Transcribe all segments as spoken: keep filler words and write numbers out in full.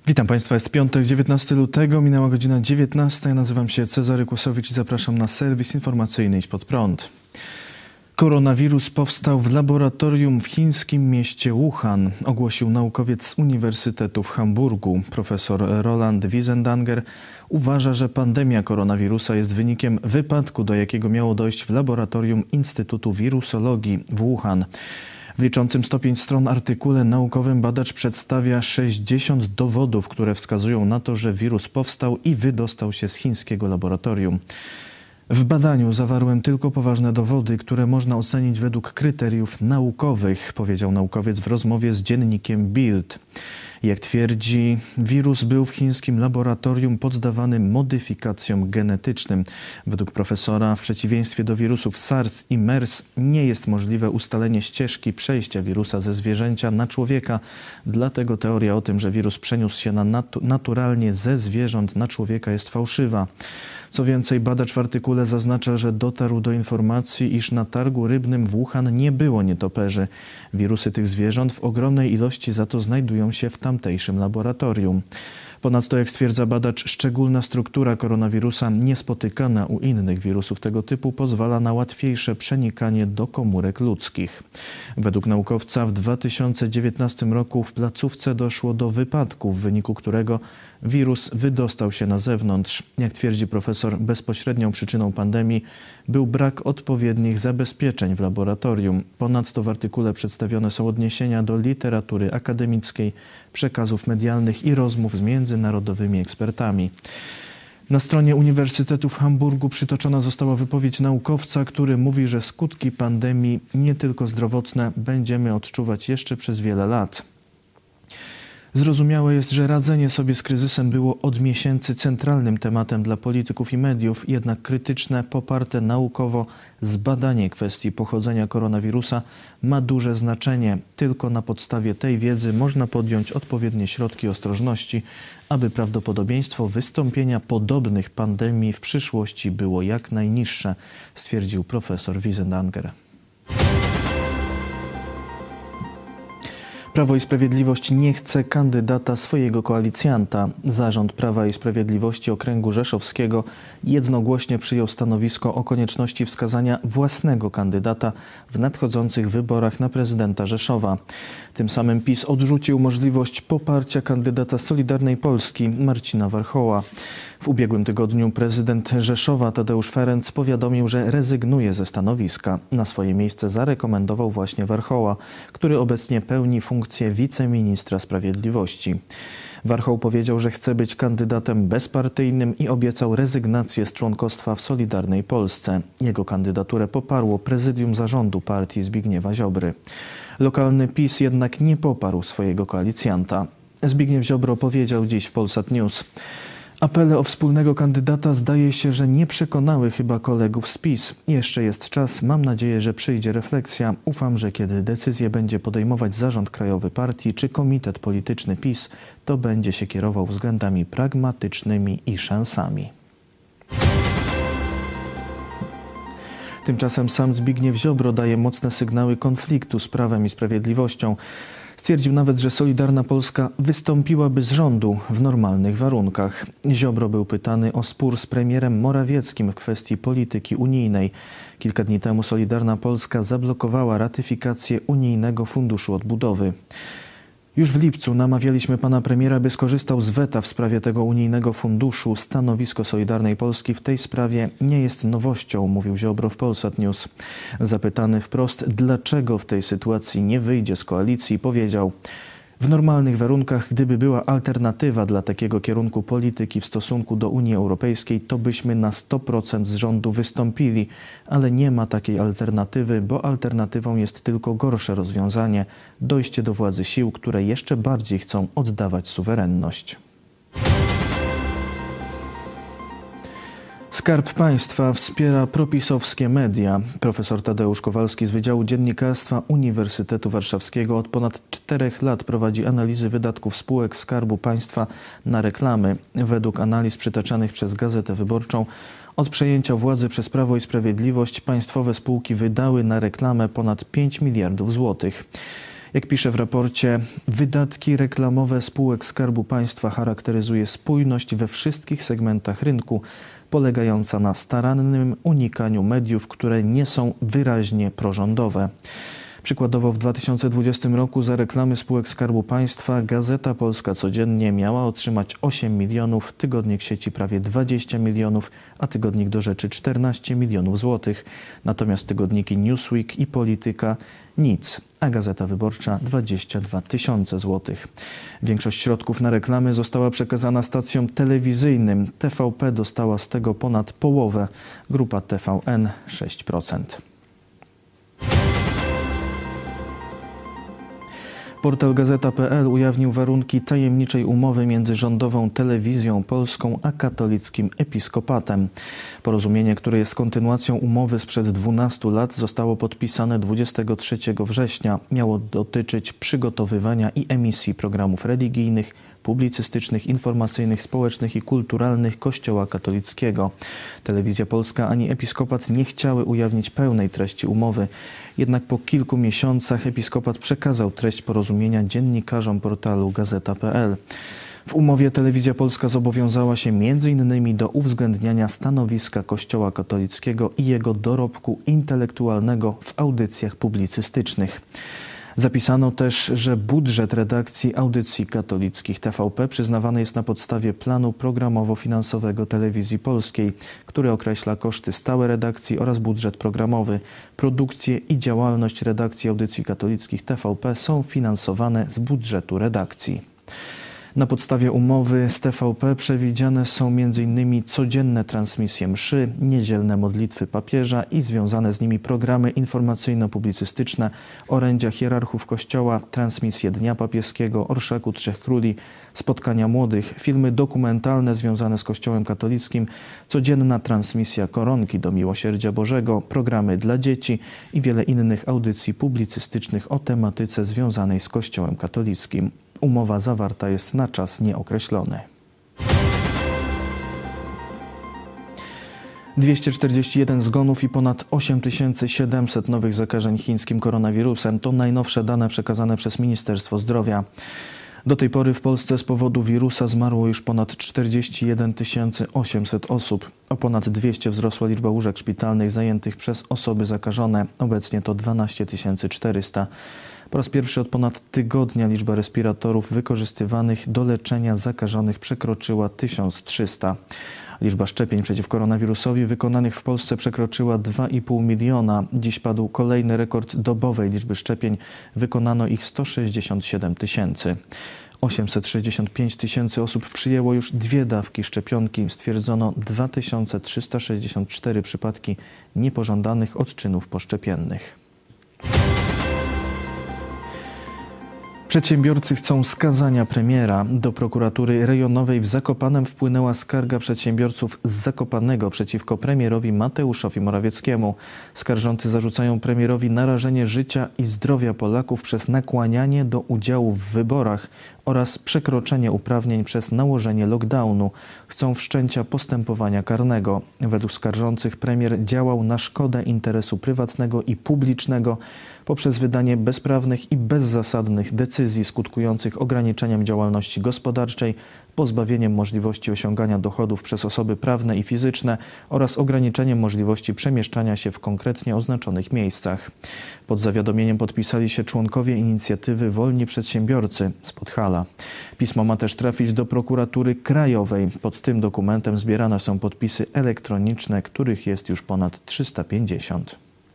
Witam Państwa, jest piątek, dziewiętnastego lutego, minęła godzina dziewiętnasta. Ja nazywam się Cezary Kłosowicz i zapraszam na serwis informacyjny Idź Pod Prąd. Koronawirus powstał w laboratorium w chińskim mieście Wuhan, ogłosił naukowiec z Uniwersytetu w Hamburgu. Profesor Roland Wiesendanger uważa, że pandemia koronawirusa jest wynikiem wypadku, do jakiego miało dojść w laboratorium Instytutu Wirusologii w Wuhan. W liczącym sto pięć stron artykule naukowym badacz przedstawia sześćdziesiąt dowodów, które wskazują na to, że wirus powstał i wydostał się z chińskiego laboratorium. W badaniu zawarłem tylko poważne dowody, które można ocenić według kryteriów naukowych, powiedział naukowiec w rozmowie z dziennikiem Bild. Jak twierdzi, wirus był w chińskim laboratorium poddawany modyfikacjom genetycznym. Według profesora, w przeciwieństwie do wirusów SARS i MERS, nie jest możliwe ustalenie ścieżki przejścia wirusa ze zwierzęcia na człowieka. Dlatego teoria o tym, że wirus przeniósł się na natu- naturalnie ze zwierząt na człowieka, jest fałszywa. Co więcej, badacz w artykule zaznacza, że dotarł do informacji, iż na targu rybnym w Wuhan nie było nietoperzy. Wirusy tych zwierząt w ogromnej ilości za to znajdują się w tamtejszym laboratorium. Ponadto, jak stwierdza badacz, szczególna struktura koronawirusa, niespotykana u innych wirusów tego typu, pozwala na łatwiejsze przenikanie do komórek ludzkich. Według naukowca w dwa tysiące dziewiętnastym roku w placówce doszło do wypadku, w wyniku którego wirus wydostał się na zewnątrz. Jak twierdzi profesor, bezpośrednią przyczyną pandemii był brak odpowiednich zabezpieczeń w laboratorium. Ponadto w artykule przedstawione są odniesienia do literatury akademickiej, przekazów medialnych i rozmów z międzynarodowymi ekspertami. Na stronie Uniwersytetu w Hamburgu przytoczona została wypowiedź naukowca, który mówi, że skutki pandemii, nie tylko zdrowotne, będziemy odczuwać jeszcze przez wiele lat. Zrozumiałe jest, że radzenie sobie z kryzysem było od miesięcy centralnym tematem dla polityków i mediów, jednak krytyczne, poparte naukowo zbadanie kwestii pochodzenia koronawirusa ma duże znaczenie. Tylko na podstawie tej wiedzy można podjąć odpowiednie środki ostrożności, aby prawdopodobieństwo wystąpienia podobnych pandemii w przyszłości było jak najniższe, stwierdził profesor Wiesendanger. Prawo i Sprawiedliwość nie chce kandydata swojego koalicjanta. Zarząd Prawa i Sprawiedliwości Okręgu Rzeszowskiego jednogłośnie przyjął stanowisko o konieczności wskazania własnego kandydata w nadchodzących wyborach na prezydenta Rzeszowa. Tym samym PiS odrzucił możliwość poparcia kandydata Solidarnej Polski Marcina Warchoła. W ubiegłym tygodniu prezydent Rzeszowa Tadeusz Ferenc powiadomił, że rezygnuje ze stanowiska. Na swoje miejsce zarekomendował właśnie Warchoła, który obecnie pełni funkcję wiceministra sprawiedliwości. Warchoł powiedział, że chce być kandydatem bezpartyjnym i obiecał rezygnację z członkostwa w Solidarnej Polsce. Jego kandydaturę poparło prezydium zarządu partii Zbigniewa Ziobry. Lokalny PiS jednak nie poparł swojego koalicjanta. Zbigniew Ziobro powiedział dziś w Polsat News: apele o wspólnego kandydata zdaje się, że nie przekonały chyba kolegów z PiS. Jeszcze jest czas, mam nadzieję, że przyjdzie refleksja. Ufam, że kiedy decyzję będzie podejmować Zarząd Krajowy Partii czy Komitet Polityczny PiS, to będzie się kierował względami pragmatycznymi i szansami. Tymczasem sam Zbigniew Ziobro daje mocne sygnały konfliktu z Prawem i Sprawiedliwością. Stwierdził nawet, że Solidarna Polska wystąpiłaby z rządu w normalnych warunkach. Ziobro był pytany o spór z premierem Morawieckim w kwestii polityki unijnej. Kilka dni temu Solidarna Polska zablokowała ratyfikację Unijnego Funduszu Odbudowy. Już w lipcu namawialiśmy pana premiera, by skorzystał z weta w sprawie tego unijnego funduszu. Stanowisko Solidarnej Polski w tej sprawie nie jest nowością, mówił Ziobro w Polsat News. Zapytany wprost, dlaczego w tej sytuacji nie wyjdzie z koalicji, powiedział: w normalnych warunkach, gdyby była alternatywa dla takiego kierunku polityki w stosunku do Unii Europejskiej, to byśmy na sto procent z rządu wystąpili, ale nie ma takiej alternatywy, bo alternatywą jest tylko gorsze rozwiązanie, dojście do władzy sił, które jeszcze bardziej chcą oddawać suwerenność. Skarb Państwa wspiera propisowskie media. Profesor Tadeusz Kowalski z Wydziału Dziennikarstwa Uniwersytetu Warszawskiego od ponad czterech lat prowadzi analizy wydatków spółek Skarbu Państwa na reklamy. Według analiz przytaczanych przez Gazetę Wyborczą od przejęcia władzy przez Prawo i Sprawiedliwość państwowe spółki wydały na reklamę ponad pięć miliardów złotych. Jak pisze w raporcie, wydatki reklamowe spółek Skarbu Państwa charakteryzuje spójność we wszystkich segmentach rynku, polegająca na starannym unikaniu mediów, które nie są wyraźnie prorządowe. Przykładowo w dwa tysiące dwudziestym roku za reklamy spółek Skarbu Państwa Gazeta Polska Codziennie miała otrzymać osiem milionów, Tygodnik Sieci prawie dwadzieścia milionów, a Tygodnik Do Rzeczy czternaście milionów złotych. Natomiast tygodniki Newsweek i Polityka nic, a Gazeta Wyborcza dwadzieścia dwa tysiące złotych. Większość środków na reklamy została przekazana stacjom telewizyjnym. T V P dostała z tego ponad połowę, grupa T V N sześć procent. Portal Gazeta kropka pe el ujawnił warunki tajemniczej umowy między rządową Telewizją Polską a katolickim episkopatem. Porozumienie, które jest kontynuacją umowy sprzed dwunastu lat, zostało podpisane dwudziestego trzeciego września. Miało dotyczyć przygotowywania i emisji programów religijnych, publicystycznych, informacyjnych, społecznych i kulturalnych Kościoła katolickiego. Telewizja Polska ani episkopat nie chciały ujawnić pełnej treści umowy. Jednak po kilku miesiącach episkopat przekazał treść porozumienia dziennikarzom portalu Gazeta kropka pe el. W umowie Telewizja Polska zobowiązała się między innymi do uwzględniania stanowiska Kościoła katolickiego i jego dorobku intelektualnego w audycjach publicystycznych. Zapisano też, że budżet redakcji audycji katolickich T V P przyznawany jest na podstawie planu programowo-finansowego Telewizji Polskiej, który określa koszty stałe redakcji oraz budżet programowy. Produkcje i działalność redakcji audycji katolickich T V P są finansowane z budżetu redakcji. Na podstawie umowy z T V P przewidziane są między innymi codzienne transmisje mszy, niedzielne modlitwy papieża i związane z nimi programy informacyjno-publicystyczne, orędzia hierarchów Kościoła, transmisje Dnia Papieskiego, Orszaku Trzech Króli, spotkania młodych, filmy dokumentalne związane z Kościołem katolickim, codzienna transmisja Koronki do Miłosierdzia Bożego, programy dla dzieci i wiele innych audycji publicystycznych o tematyce związanej z Kościołem katolickim. Umowa zawarta jest na czas nieokreślony. dwieście czterdzieści jeden zgonów i ponad osiem tysięcy siedemset nowych zakażeń chińskim koronawirusem to najnowsze dane przekazane przez Ministerstwo Zdrowia. Do tej pory w Polsce z powodu wirusa zmarło już ponad czterdzieści jeden tysięcy osiemset osób. O ponad dwieście wzrosła liczba łóżek szpitalnych zajętych przez osoby zakażone. Obecnie to dwanaście tysięcy czterysta. Po raz pierwszy od ponad tygodnia liczba respiratorów wykorzystywanych do leczenia zakażonych przekroczyła tysiąc trzysta. Liczba szczepień przeciw koronawirusowi wykonanych w Polsce przekroczyła dwa i pół miliona. Dziś padł kolejny rekord dobowej liczby szczepień. Wykonano ich sto sześćdziesiąt siedem tysięcy. osiemset sześćdziesiąt pięć tysięcy osób przyjęło już dwie dawki szczepionki. Stwierdzono dwa tysiące trzysta sześćdziesiąt cztery przypadki niepożądanych odczynów poszczepiennych. Przedsiębiorcy chcą skazania premiera. Do prokuratury rejonowej w Zakopanem wpłynęła skarga przedsiębiorców z Zakopanego przeciwko premierowi Mateuszowi Morawieckiemu. Skarżący zarzucają premierowi narażenie życia i zdrowia Polaków przez nakłanianie do udziału w wyborach oraz przekroczenie uprawnień przez nałożenie lockdownu. Chcą wszczęcia postępowania karnego. Według skarżących premier działał na szkodę interesu prywatnego i publicznego poprzez wydanie bezprawnych i bezzasadnych decyzji skutkujących ograniczeniem działalności gospodarczej, pozbawieniem możliwości osiągania dochodów przez osoby prawne i fizyczne oraz ograniczeniem możliwości przemieszczania się w konkretnie oznaczonych miejscach. Pod zawiadomieniem podpisali się członkowie inicjatywy Wolni Przedsiębiorcy z Podhala. Pismo ma też trafić do prokuratury krajowej. Pod tym dokumentem zbierane są podpisy elektroniczne, których jest już ponad trzysta pięćdziesiąt.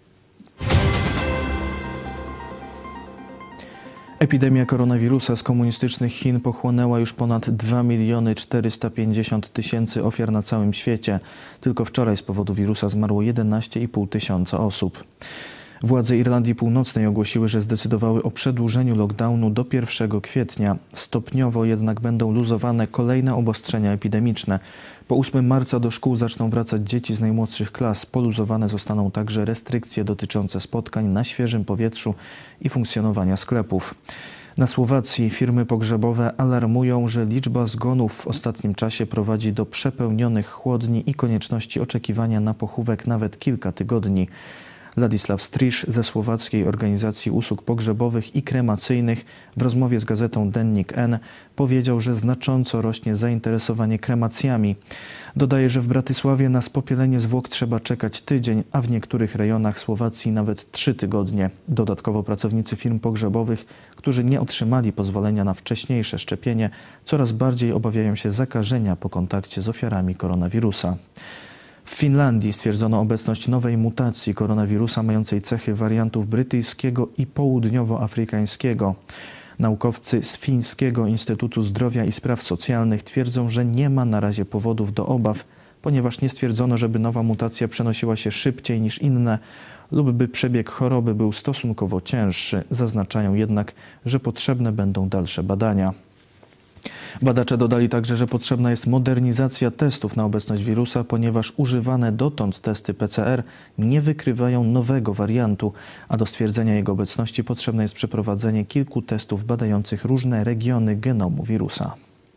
Epidemia koronawirusa z komunistycznych Chin pochłonęła już ponad dwa miliony czterysta pięćdziesiąt tysięcy ofiar na całym świecie. Tylko wczoraj z powodu wirusa zmarło jedenaście i pół tysiąca osób. Władze Irlandii Północnej ogłosiły, że zdecydowały o przedłużeniu lockdownu do pierwszego kwietnia. Stopniowo jednak będą luzowane kolejne obostrzenia epidemiczne. Po ósmego marca do szkół zaczną wracać dzieci z najmłodszych klas. Poluzowane zostaną także restrykcje dotyczące spotkań na świeżym powietrzu i funkcjonowania sklepów. Na Słowacji firmy pogrzebowe alarmują, że liczba zgonów w ostatnim czasie prowadzi do przepełnionych chłodni i konieczności oczekiwania na pochówek nawet kilka tygodni. Ladisław Strysz ze Słowackiej Organizacji Usług Pogrzebowych i Kremacyjnych w rozmowie z gazetą Dennik N powiedział, że znacząco rośnie zainteresowanie kremacjami. Dodaje, że w Bratysławie na spopielenie zwłok trzeba czekać tydzień, a w niektórych rejonach Słowacji nawet trzy tygodnie. Dodatkowo pracownicy firm pogrzebowych, którzy nie otrzymali pozwolenia na wcześniejsze szczepienie, coraz bardziej obawiają się zakażenia po kontakcie z ofiarami koronawirusa. W Finlandii stwierdzono obecność nowej mutacji koronawirusa mającej cechy wariantów brytyjskiego i południowoafrykańskiego. Naukowcy z Fińskiego Instytutu Zdrowia i Spraw Socjalnych twierdzą, że nie ma na razie powodów do obaw, ponieważ nie stwierdzono, żeby nowa mutacja przenosiła się szybciej niż inne lub by przebieg choroby był stosunkowo cięższy. Zaznaczają jednak, że potrzebne będą dalsze badania. Badacze dodali także, że potrzebna jest modernizacja testów na obecność wirusa, ponieważ używane dotąd testy P C R nie wykrywają nowego wariantu, a do stwierdzenia jego obecności potrzebne jest przeprowadzenie kilku testów badających różne regiony genomu wirusa.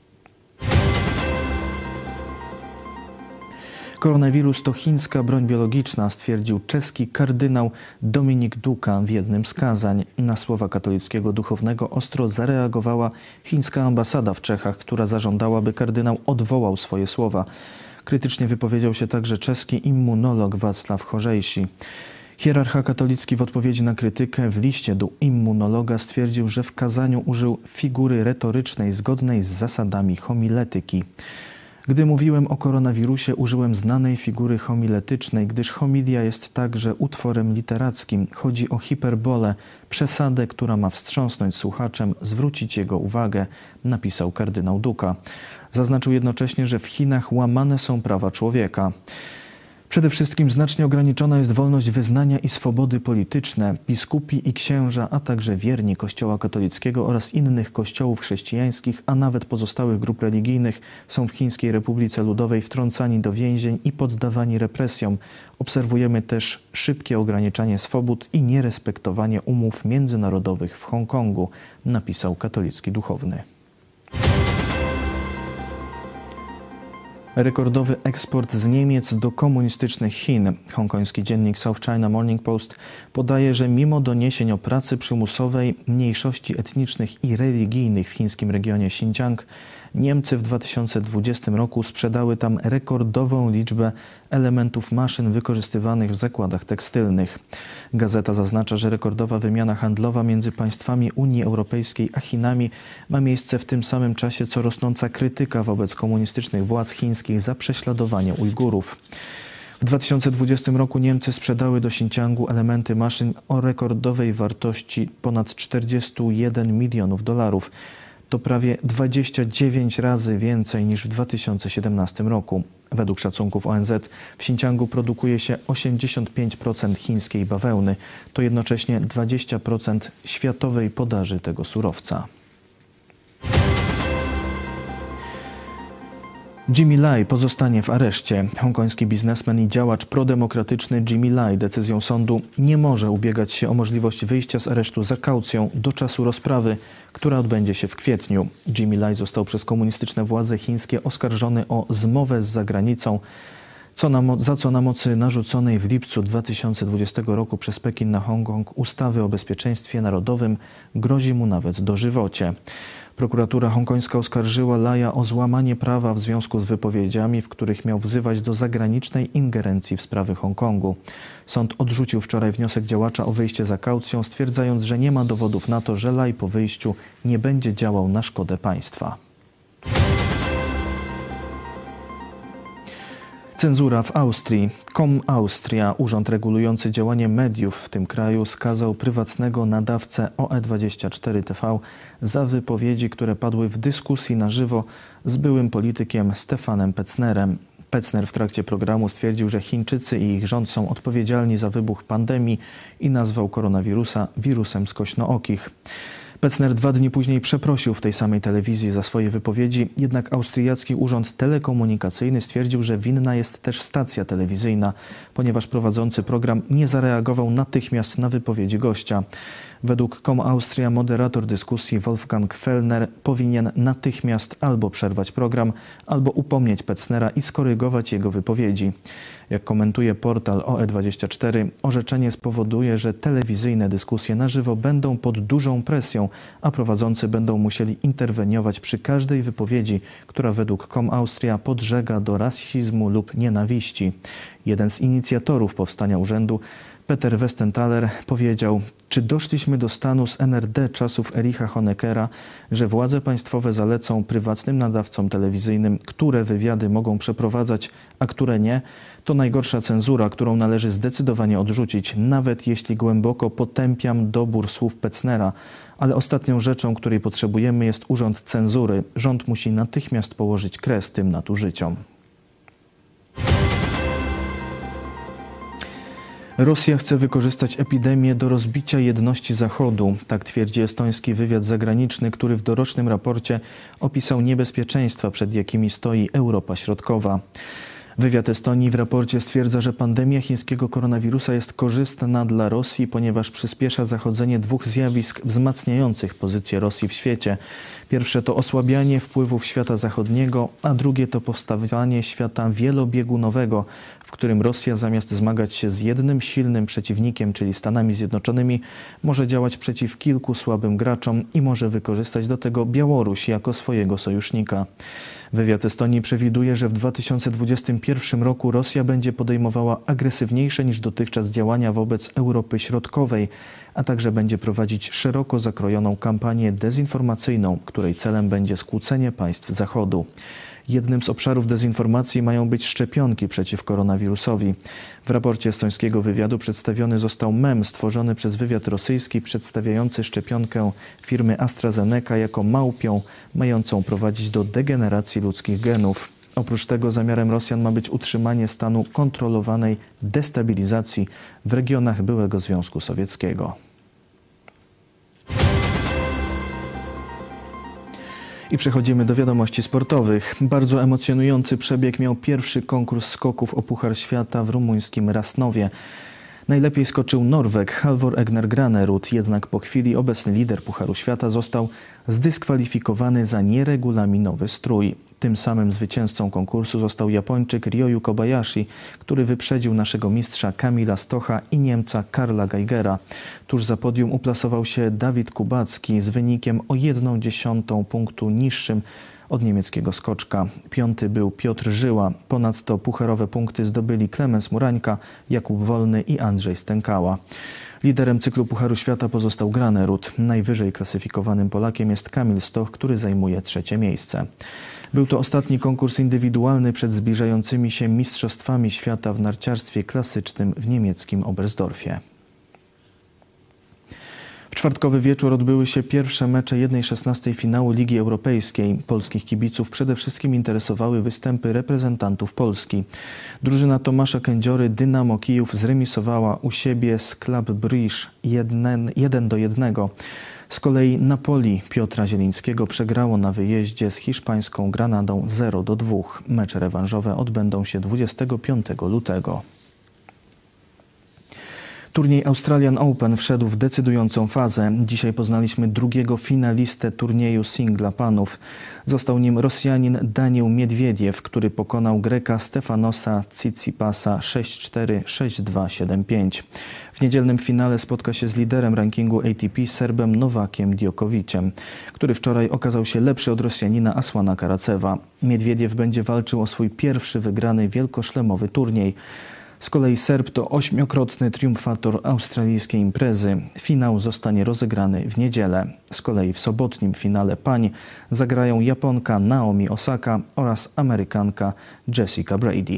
Koronawirus to chińska broń biologiczna, stwierdził czeski kardynał Dominik Duka w jednym z kazań. Na słowa katolickiego duchownego ostro zareagowała chińska ambasada w Czechach, która zażądała, by kardynał odwołał swoje słowa. Krytycznie wypowiedział się także czeski immunolog Wacław Chorzejsi. Hierarcha katolicki w odpowiedzi na krytykę w liście do immunologa stwierdził, że w kazaniu użył figury retorycznej zgodnej z zasadami homiletyki. Gdy mówiłem o koronawirusie, użyłem znanej figury homiletycznej, gdyż homilia jest także utworem literackim. Chodzi o hiperbolę, przesadę, która ma wstrząsnąć słuchaczem, zwrócić jego uwagę, napisał kardynał Duka. Zaznaczył jednocześnie, że w Chinach łamane są prawa człowieka. Przede wszystkim znacznie ograniczona jest wolność wyznania i swobody polityczne. Biskupi i księża, a także wierni Kościoła katolickiego oraz innych kościołów chrześcijańskich, a nawet pozostałych grup religijnych są w Chińskiej Republice Ludowej wtrącani do więzień i poddawani represjom. Obserwujemy też szybkie ograniczanie swobód i nierespektowanie umów międzynarodowych w Hongkongu, napisał katolicki duchowny. Rekordowy eksport z Niemiec do komunistycznych Chin. Hongkoński dziennik South China Morning Post podaje, że mimo doniesień o pracy przymusowej mniejszości etnicznych i religijnych w chińskim regionie Xinjiang, Niemcy w dwa tysiące dwudziestym roku sprzedały tam rekordową liczbę elementów maszyn wykorzystywanych w zakładach tekstylnych. Gazeta zaznacza, że rekordowa wymiana handlowa między państwami Unii Europejskiej a Chinami ma miejsce w tym samym czasie, co rosnąca krytyka wobec komunistycznych władz chińskich za prześladowanie Ujgurów. W dwa tysiące dwudziestym roku Niemcy sprzedały do Xinjiangu elementy maszyn o rekordowej wartości ponad czterdziestu jeden milionów dolarów. To prawie dwadzieścia dziewięć razy więcej niż w dwa tysiące siedemnastym roku. Według szacunków O N Z w Xinjiangu produkuje się osiemdziesiąt pięć procent chińskiej bawełny. To jednocześnie dwadzieścia procent światowej podaży tego surowca. Jimmy Lai pozostanie w areszcie. Hongkoński biznesmen i działacz prodemokratyczny Jimmy Lai decyzją sądu nie może ubiegać się o możliwość wyjścia z aresztu za kaucją do czasu rozprawy, która odbędzie się w kwietniu. Jimmy Lai został przez komunistyczne władze chińskie oskarżony o zmowę z zagranicą, co na mo- za co na mocy narzuconej w lipcu dwa tysiące dwudziestego roku przez Pekin na Hongkong ustawy o bezpieczeństwie narodowym grozi mu nawet dożywocie. Prokuratura hongkońska oskarżyła Laja o złamanie prawa w związku z wypowiedziami, w których miał wzywać do zagranicznej ingerencji w sprawy Hongkongu. Sąd odrzucił wczoraj wniosek działacza o wyjście za kaucją, stwierdzając, że nie ma dowodów na to, że Lai po wyjściu nie będzie działał na szkodę państwa. Cenzura w Austrii. Com Austria, urząd regulujący działanie mediów w tym kraju, skazał prywatnego nadawcę O E dwadzieścia cztery T V za wypowiedzi, które padły w dyskusji na żywo z byłym politykiem Stefanem Petznerem. Petzner w trakcie programu stwierdził, że Chińczycy i ich rząd są odpowiedzialni za wybuch pandemii i nazwał koronawirusa wirusem skośnookich. Petzner dwa dni później przeprosił w tej samej telewizji za swoje wypowiedzi, jednak austriacki urząd telekomunikacyjny stwierdził, że winna jest też stacja telewizyjna, ponieważ prowadzący program nie zareagował natychmiast na wypowiedzi gościa. Według Com Austria moderator dyskusji Wolfgang Fellner powinien natychmiast albo przerwać program, albo upomnieć Petzera i skorygować jego wypowiedzi. Jak komentuje portal O E dwadzieścia cztery, orzeczenie spowoduje, że telewizyjne dyskusje na żywo będą pod dużą presją, a prowadzący będą musieli interweniować przy każdej wypowiedzi, która według Com Austria podżega do rasizmu lub nienawiści. Jeden z inicjatorów powstania urzędu, Peter Westenthaler, powiedział: czy doszliśmy do stanu z N R D czasów Ericha Honeckera, że władze państwowe zalecą prywatnym nadawcom telewizyjnym, które wywiady mogą przeprowadzać, a które nie? To najgorsza cenzura, którą należy zdecydowanie odrzucić, nawet jeśli głęboko potępiam dobór słów Petzera. Ale ostatnią rzeczą, której potrzebujemy, jest urząd cenzury. Rząd musi natychmiast położyć kres tym nadużyciom. Rosja chce wykorzystać epidemię do rozbicia jedności Zachodu. Tak twierdzi estoński wywiad zagraniczny, który w dorocznym raporcie opisał niebezpieczeństwa, przed jakimi stoi Europa Środkowa. Wywiad Estonii w raporcie stwierdza, że pandemia chińskiego koronawirusa jest korzystna dla Rosji, ponieważ przyspiesza zachodzenie dwóch zjawisk wzmacniających pozycję Rosji w świecie. Pierwsze to osłabianie wpływów świata zachodniego, a drugie to powstawanie świata wielobiegunowego, w którym Rosja zamiast zmagać się z jednym silnym przeciwnikiem, czyli Stanami Zjednoczonymi, może działać przeciw kilku słabym graczom i może wykorzystać do tego Białoruś jako swojego sojusznika. Wywiad Estonii przewiduje, że w dwa tysiące dwudziestym pierwszym roku Rosja będzie podejmowała agresywniejsze niż dotychczas działania wobec Europy Środkowej, a także będzie prowadzić szeroko zakrojoną kampanię dezinformacyjną, której celem będzie skłócenie państw Zachodu. Jednym z obszarów dezinformacji mają być szczepionki przeciw koronawirusowi. W raporcie estońskiego wywiadu przedstawiony został mem stworzony przez wywiad rosyjski przedstawiający szczepionkę firmy AstraZeneca jako małpią, mającą prowadzić do degeneracji ludzkich genów. Oprócz tego zamiarem Rosjan ma być utrzymanie stanu kontrolowanej destabilizacji w regionach byłego Związku Sowieckiego. I przechodzimy do wiadomości sportowych. Bardzo emocjonujący przebieg miał pierwszy konkurs skoków o Puchar Świata w rumuńskim Rasnowie. Najlepiej skoczył Norweg Halvor Egner Granerud, jednak po chwili obecny lider Pucharu Świata został zdyskwalifikowany za nieregulaminowy strój. Tym samym zwycięzcą konkursu został Japończyk Ryoyu Kobayashi, który wyprzedził naszego mistrza Kamila Stocha i Niemca Karla Geigera. Tuż za podium uplasował się Dawid Kubacki z wynikiem o jedną dziesiątą punktu niższym od niemieckiego skoczka. Piąty był Piotr Żyła. Ponadto pucharowe punkty zdobyli Klemens Murańka, Jakub Wolny i Andrzej Stękała. Liderem cyklu Pucharu Świata pozostał Granerud. Najwyżej klasyfikowanym Polakiem jest Kamil Stoch, który zajmuje trzecie miejsce. Był to ostatni konkurs indywidualny przed zbliżającymi się Mistrzostwami Świata w narciarstwie klasycznym w niemieckim Oberstdorfie. W czwartkowy wieczór odbyły się pierwsze mecze jednej szesnastej finału Ligi Europejskiej. Polskich kibiców przede wszystkim interesowały występy reprezentantów Polski. Drużyna Tomasza Kędziory Dynamo Kijów zremisowała u siebie z Club Brugge jeden do jednego. Z kolei Napoli Piotra Zielińskiego przegrało na wyjeździe z hiszpańską Granadą zero do dwóch. Mecze rewanżowe odbędą się dwudziestego piątego lutego. Turniej Australian Open wszedł w decydującą fazę. Dzisiaj poznaliśmy drugiego finalistę turnieju singla panów. Został nim Rosjanin Daniil Miedwiediew, który pokonał Greka Stefanosa Tsitsipasa sześć cztery, sześć dwa, siedem pięć. W niedzielnym finale spotka się z liderem rankingu A T P Serbem Nowakiem Djokoviciem, który wczoraj okazał się lepszy od Rosjanina Asłana Karacewa. Miedwiediew będzie walczył o swój pierwszy wygrany wielkoszlemowy turniej. Z kolei Serb to ośmiokrotny triumfator australijskiej imprezy. Finał zostanie rozegrany w niedzielę. Z kolei w sobotnim finale pań zagrają Japonka Naomi Osaka oraz Amerykanka Jessica Brady.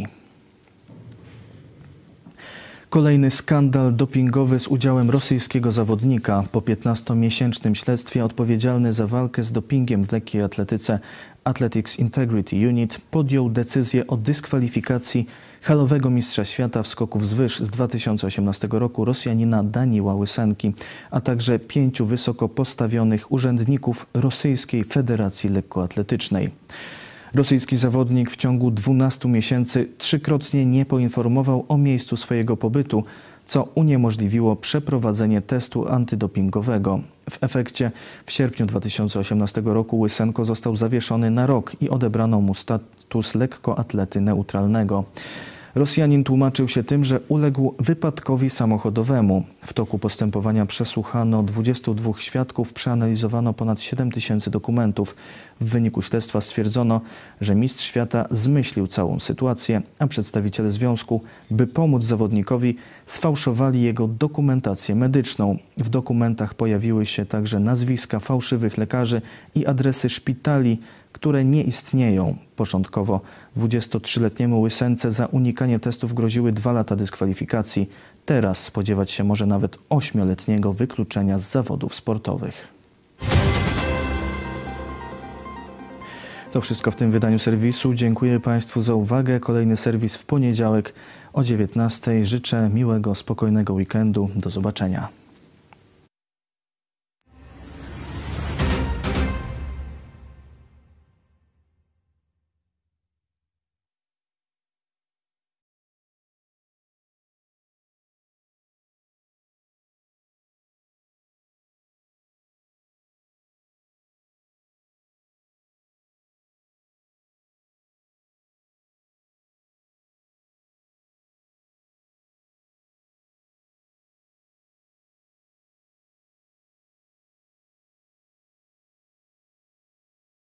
Kolejny skandal dopingowy z udziałem rosyjskiego zawodnika. Po piętnastomiesięcznym śledztwie odpowiedzialny za walkę z dopingiem w lekkiej atletyce Athletics Integrity Unit podjął decyzję o dyskwalifikacji halowego mistrza świata w skoków z wyż z dwa tysiące osiemnastego roku Rosjanina Daniła Łysenki, a także pięciu wysoko postawionych urzędników Rosyjskiej Federacji Lekkoatletycznej. Rosyjski zawodnik w ciągu dwunastu miesięcy trzykrotnie nie poinformował o miejscu swojego pobytu, co uniemożliwiło przeprowadzenie testu antydopingowego. W efekcie w sierpniu dwa tysiące osiemnastego roku Łysenko został zawieszony na rok i odebrano mu status lekkoatlety neutralnego. Rosjanin tłumaczył się tym, że uległ wypadkowi samochodowemu. W toku postępowania przesłuchano dwudziestu dwóch świadków, przeanalizowano ponad siedem tysięcy dokumentów. W wyniku śledztwa stwierdzono, że mistrz świata zmyślił całą sytuację, a przedstawiciele związku, by pomóc zawodnikowi, sfałszowali jego dokumentację medyczną. W dokumentach pojawiły się także nazwiska fałszywych lekarzy i adresy szpitali, które nie istnieją. Początkowo dwudziestotrzyletniemu Łysence za unikanie testów groziły dwa lata dyskwalifikacji. Teraz spodziewać się może nawet ośmioletniego wykluczenia z zawodów sportowych. To wszystko w tym wydaniu serwisu. Dziękuję Państwu za uwagę. Kolejny serwis w poniedziałek o dziewiętnastej. Życzę miłego, spokojnego weekendu. Do zobaczenia.